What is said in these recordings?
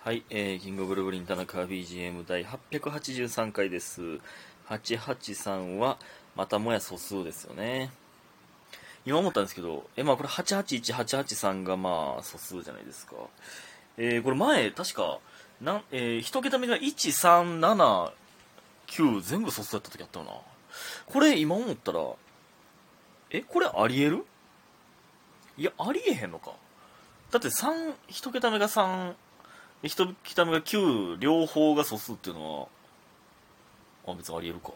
はい、キングオブルブリン田中 BGM 第883回です。883は、またもや素数ですよね。今思ったんですけど、まあこれ881、883がまあ素数じゃないですか。これ前、確か、一桁目が1、3、7、9全部素数だった時あったよな。これ今思ったら、これあり得る？いや、ありえへんのか。だって3、一桁目が3、一桁目が9、両方が素数っていうのは、別にあり得るか。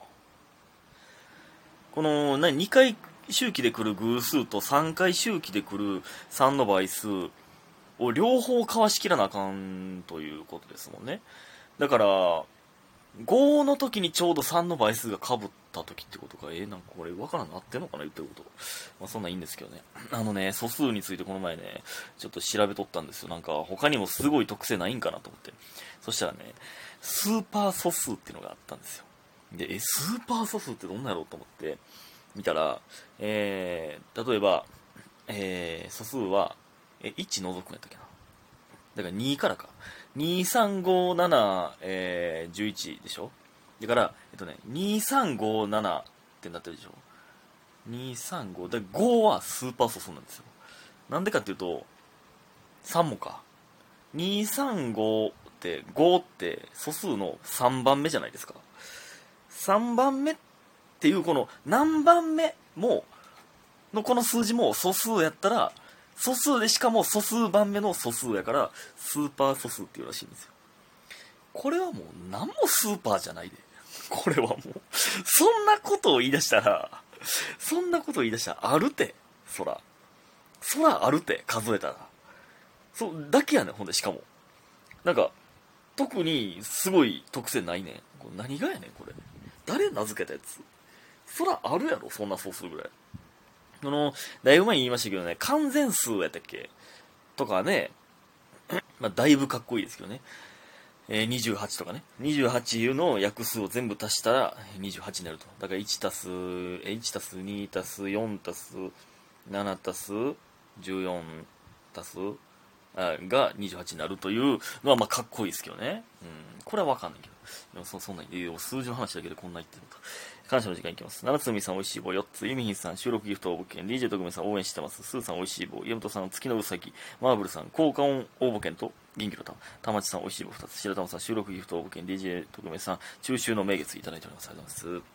この、2回周期で来る偶数と3回周期で来る3の倍数を両方かわしきらなあかんということですもんね。だから、5の時にちょうど3の倍数が被った時ってことか。なんかこれ分からんなってんのかな言ってること。まあそんなんいいんですけどね。素数についてこの前ね、ちょっと調べとったんですよ。なんか他にもすごい特性ないんかなと思って。そしたらね、スーパー素数っていうのがあったんですよ。で、スーパー素数ってどんなやろうと思って見たら、例えば、素数は、1除くんやったっけな。だから2からか。2、3、5、7、11でしょ。だから、2、3、5、7ってなってるでしょ。2、3、5。で、5はスーパー素数なんですよ。なんでかっていうと、3もか。2、3、5って5って素数の3番目じゃないですか。3番目っていうこの何番目ものこの数字も素数やったら、素数でしかも素数番目の素数やからスーパー素数っていうらしいんですよ。これはもう何もスーパーじゃないで。これはもうそんなことを言い出したらあるて。そらあるて、数えたら。そうだけやねん。ほんでしかもなんか特にすごい特性ないねん。これ何がやねんこれ。誰名付けたやつ。そらあるやろ、そんな素数ぐらい。だいぶ前に言いましたけどね、完全数やったっけとかね、まあ、だいぶかっこいいですけどね。28とかね。28の約数を全部足したら28になると。だから1足す、1足す2足す4足す7足す14足すが28になるというのはまあかっこいいですけどね。これはわかんないけど。でもそんな数字の話だけでこんな言ってると。感謝の時間いきます。七つみさんおいしい棒4つ。ゆみひんさん収録ギフト応募券。DJ 特命さん応援してます。スーさんおいしい棒。岩本さん月のうさぎ。マーブルさん効果音応募券と銀キロタン。たまちさんおいしい棒2つ。白玉さん収録ギフト応募券。DJ 特命さん中秋の名月いただいております。ありがとうございます。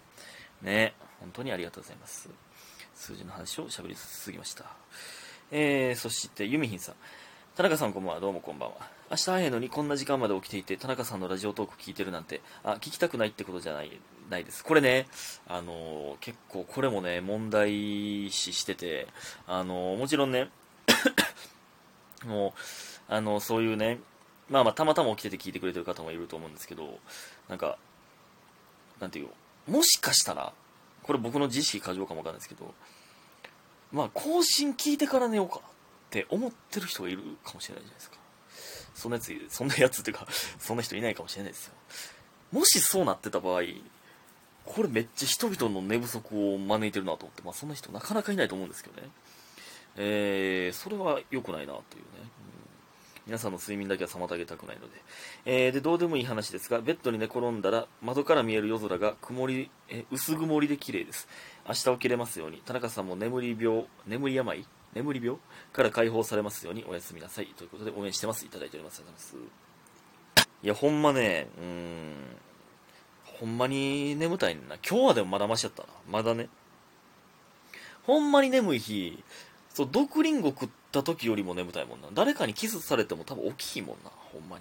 ね、本当にありがとうございます。数字の話を喋りすぎました。そしてゆみひんさん。田中さんこんばんは。どうもこんばんは。明日早いのにこんな時間まで起きていて、田中さんのラジオトーク聞いてるなんて、聞きたくないってことじゃないです。これね、結構これもね、問題視してて、もちろんね、もう、そういうね、まあまあ、たまたま起きてて聞いてくれてる方もいると思うんですけど、なんか、なんていう、もしかしたら、これ僕の自意識過剰かもわかんないですけど、まあ、更新聞いてから寝ようかって思ってる人がいるかもしれないじゃないですか。そんなやつっていうか、そんな人いないかもしれないですよ。もしそうなってた場合、これめっちゃ人々の寝不足を招いてるなと思って、まあそんな人なかなかいないと思うんですけどね。それは良くないなというね。皆さんの睡眠だけは妨げたくないので。で、どうでもいい話ですが、ベッドに寝転んだら窓から見える夜空が薄曇りで綺麗です。明日起きれますように。田中さんも眠り病から解放されますようにおやすみなさい。ということで応援してます。いただいております。ありがとうございます。いや、ほんまね、ほんまに眠たいねんな。今日はでもまだマシだったな。まだね。ほんまに眠い日、そう、毒リンゴ食った時よりも眠たいもんな。誰かにキスされても多分起きひんもんな。ほんまに。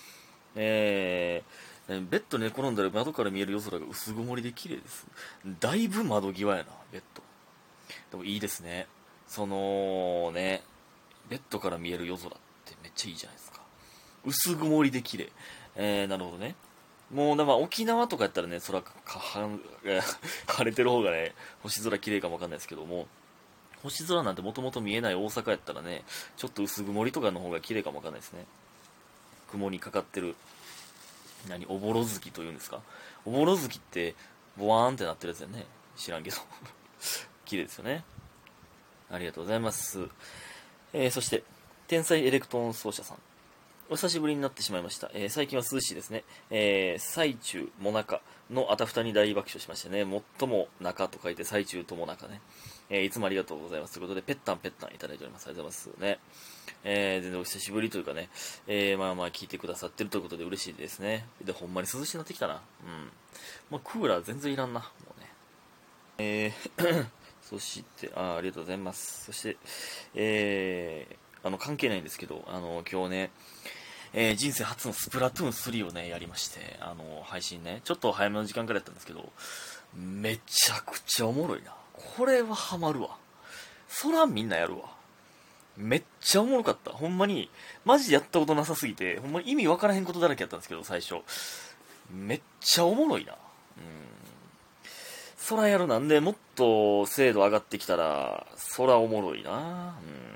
ベッド寝転んだら窓から見える夜空が薄曇りで綺麗です。だいぶ窓際やな、ベッド。でもいいですね。そのね、ベッドから見える夜空ってめっちゃいいじゃないですか。薄曇りで綺麗。なるほどね。もう、沖縄とかやったらね、晴れてる方がね、星空綺麗かもわかんないですけども、星空なんてもともと見えない大阪やったらね、ちょっと薄曇りとかの方が綺麗かもわかんないですね。雲にかかってる、おぼろ月というんですか。おぼろ月って、ボワーンってなってるやつだよね。知らんけど。綺麗ですよね。ありがとうございます。そして、天才エレクトーン奏者さん。 お久しぶりになってしまいました。最近は涼しいですね。最中も中のあたふたに大爆笑しましてね、最も中と書いて最中とも中ね。いつもありがとうございます。ということで、ペッタンいただいております。ありがとうございますね。全然お久しぶりというかね、まあまあ聞いてくださってるということで嬉しいですね。で、ほんまに涼しくなってきたな。うん。もうクーラー全然いらんな。もうね。そして、ありがとうございます。そして、関係ないんですけど、今日ね、人生初のスプラトゥーン3をね、やりまして、配信ね、ちょっと早めの時間からやったんですけど、めちゃくちゃおもろいな。これはハマるわ。そらみんなやるわ。めっちゃおもろかった。ほんまに、マジでやったことなさすぎて、ほんまに意味わからへんことだらけやったんですけど、最初。めっちゃおもろいな。そらやるなんで、もっと精度上がってきたら、そらおもろいな。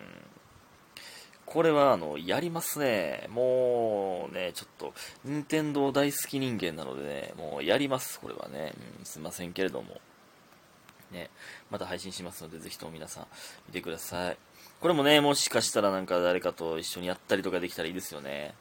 これはやりますね。もうね、ちょっと、任天堂大好き人間なのでね、もうやります、これはね。すいませんけれども。ね、また配信しますので、ぜひとも皆さん見てください。これもね、もしかしたらなんか誰かと一緒にやったりとかできたらいいですよね。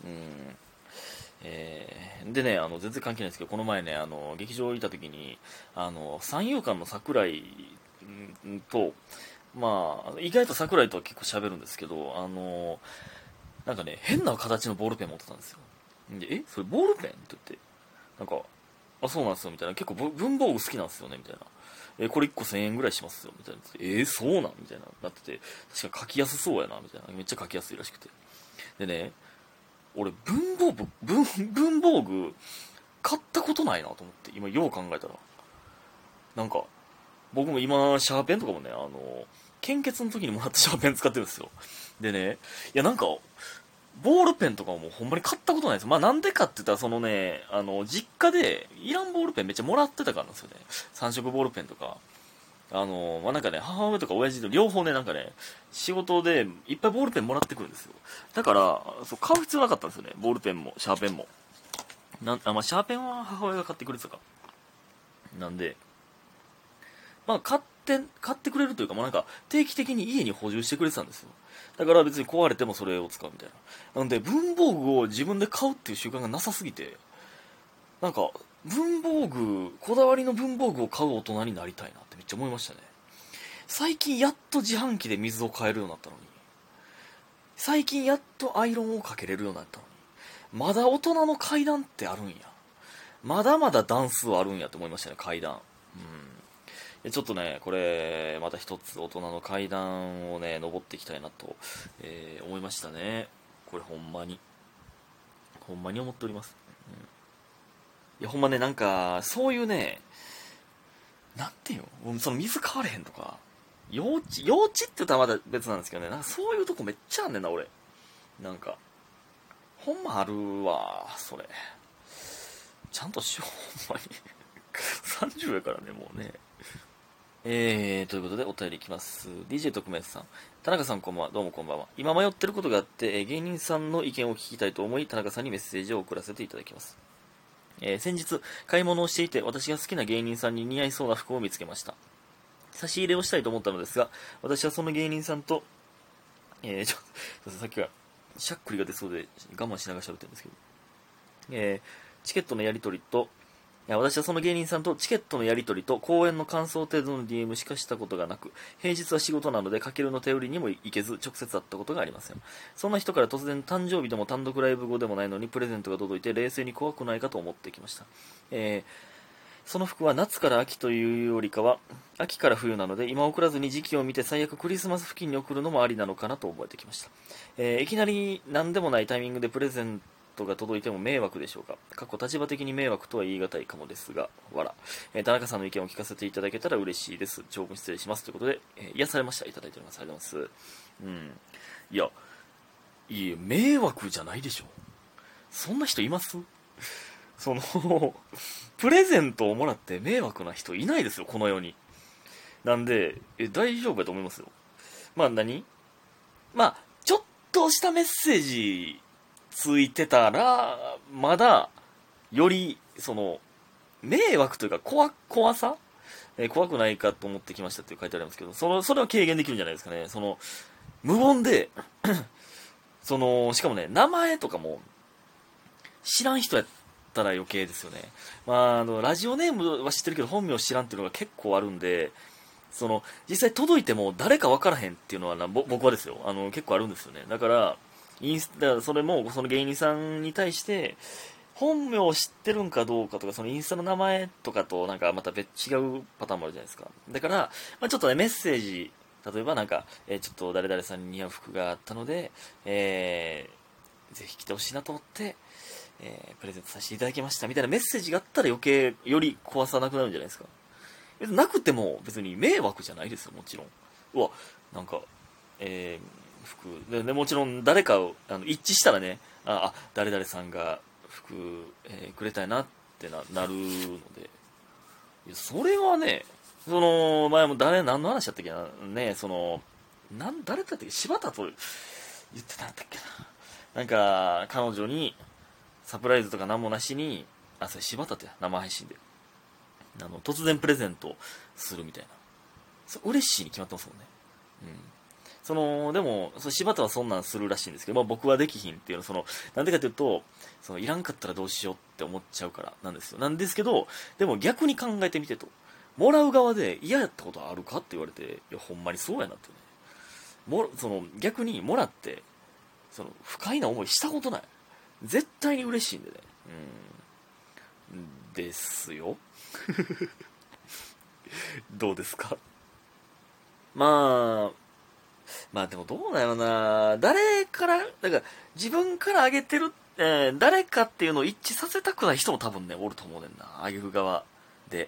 でね、全然関係ないですけど、この前ね、劇場行った時に、三遊間の桜井と、まあ、意外と桜井とは結構喋るんですけど、なんかね、変な形のボールペン持ってたんですよ。で、それボールペンって言って、なんか、あ、そうなんですよ、みたいな。結構文房具好きなんですよね、みたいな。これ1個1000円ぐらいしますよ、みたいな。そうなんみたいな。なってて、確か書きやすそうやな、みたいな。めっちゃ書きやすいらしくて。でね、俺、文房具、買ったことないなと思って、今、よう考えたら。なんか、僕も今、シャーペンとかもね、献血の時にもらったシャーペン使ってるんですよ。でね、いやなんか、ボールペンとかもほんまに買ったことないです。まあなんでかって言ったら、そのね、実家で、いらんボールペンめっちゃもらってたからなんですよね。3色ボールペンとか。まあなんかね、母親とか親父と両方ね、なんかね、仕事でいっぱいボールペンもらってくるんですよ。だから、そう、買う必要なかったんですよね。ボールペンも、シャーペンも。まあシャーペンは母親が買ってくれてたか。なんで、まあ買ってくれるというか、まあなんか定期的に家に補充してくれてたんですよ。だから別に壊れてもそれを使うみたいな。なんで文房具を自分で買うっていう習慣がなさすぎて、なんかこだわりの文房具を買う大人になりたいなってめっちゃ思いましたね。最近やっと自販機で水を買えるようになったのに、最近やっとアイロンをかけれるようになったのに、まだ大人の階段ってあるんや。まだまだ段数あるんやって思いましたね、階段。ちょっとね、これ、また一つ大人の階段をね、登っていきたいなと、思いましたね。これほんまに。ほんまに思っております。いや、ほんまね、なんか、そういうね、なんていうの、その水変われへんとか、幼稚って言ったらまだ別なんですけどね、なんかそういうとこめっちゃあんねんな、俺。なんか、ほんまあるわ、それ。ちゃんとしよう、ほんまに。30やからね、もうね。ということでお便りいきます。DJ 特命さん。田中さんこんばんは。どうもこんばんは。今迷ってることがあって、芸人さんの意見を聞きたいと思い、田中さんにメッセージを送らせていただきます。先日、買い物をしていて、私が好きな芸人さんに似合いそうな服を見つけました。差し入れをしたいと思ったのですが、私はその芸人さんと、さっきは、しゃっくりが出そうで我慢しながら喋ってるんですけど、チケットのやり取りと、私はその芸人さんとチケットのやり取りと公演の感想程度の DM しかしたことがなく、平日は仕事なのでかけるの頼りにも行けず直接会ったことがありません。そんな人から突然誕生日でも単独ライブ後でもないのにプレゼントが届いて冷静に怖くないかと思ってきました。その服は夏から秋というよりかは秋から冬なので、今送らずに時期を見て最悪クリスマス付近に送るのもありなのかなと覚えてきました。いきなり何でもないタイミングでプレゼントが届いても迷惑でしょうか。立場的に迷惑とは言い難いかもですが、わら。田中さんの意見を聞かせていただけたら嬉しいです。長文失礼します。ということで、癒されました。いただいております。ありがとうございます。いや、迷惑じゃないでしょ。そんな人います？プレゼントをもらって迷惑な人いないですよ、この世に。なんで、大丈夫やと思いますよ。まあちょっとしたメッセージついてたら、まだ、より、迷惑というか、怖さ、怖くないかと思ってきましたって書いてありますけど、それは軽減できるんじゃないですかね。無言でしかもね、名前とかも知らん人やったら余計ですよね。ラジオネームは知ってるけど本名知らんっていうのが結構あるんで、実際届いても誰か分からへんっていうのは僕はですよ、結構あるんですよね。だから、だからそれも、その芸人さんに対して、本名を知ってるんかどうかとか、そのインスタの名前とかとなんかまた違うパターンもあるじゃないですか。だから、ちょっとね、メッセージ、例えばなんか、ちょっと誰々さんに似合う服があったので、ぜひ着てほしいなと思って、プレゼントさせていただきましたみたいなメッセージがあったら余計より怖さなくなるんじゃないですか。別になくても別に迷惑じゃないですよ、もちろん。うわ、なんか、服で、もちろん誰かを一致したらね、誰々さんが服、くれたいなってなるので、いやそれはね、前も何の話だったっけな、ね、誰だったっけ、柴田と言ってたんだったっけな。なんか、彼女に、サプライズとか何もなしに、それ柴田って生配信で、突然プレゼントするみたいな。嬉しいに決まってますもんね。でも、柴田はそんなんするらしいんですけど、僕はできひんっていうのなんでかというと、いらんかったらどうしようって思っちゃうからなんですよ。なんですけど、でも逆に考えてみてと。もらう側で嫌やったことあるかって言われて、いや、ほんまにそうやなってね。逆にもらって、不快な思いしたことない。絶対に嬉しいんでね。ですよ。どうですか？でもどうだろうな、誰から、だから自分からあげてる、誰かっていうのを一致させたくない人も多分ね、おると思うねんな、あげる側で。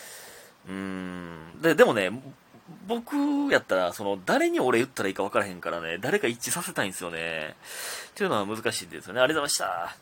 でもね、僕やったら、誰に俺言ったらいいか分からへんからね、誰か一致させたいんですよね。っていうのは難しいんですよね。ありがとうございました。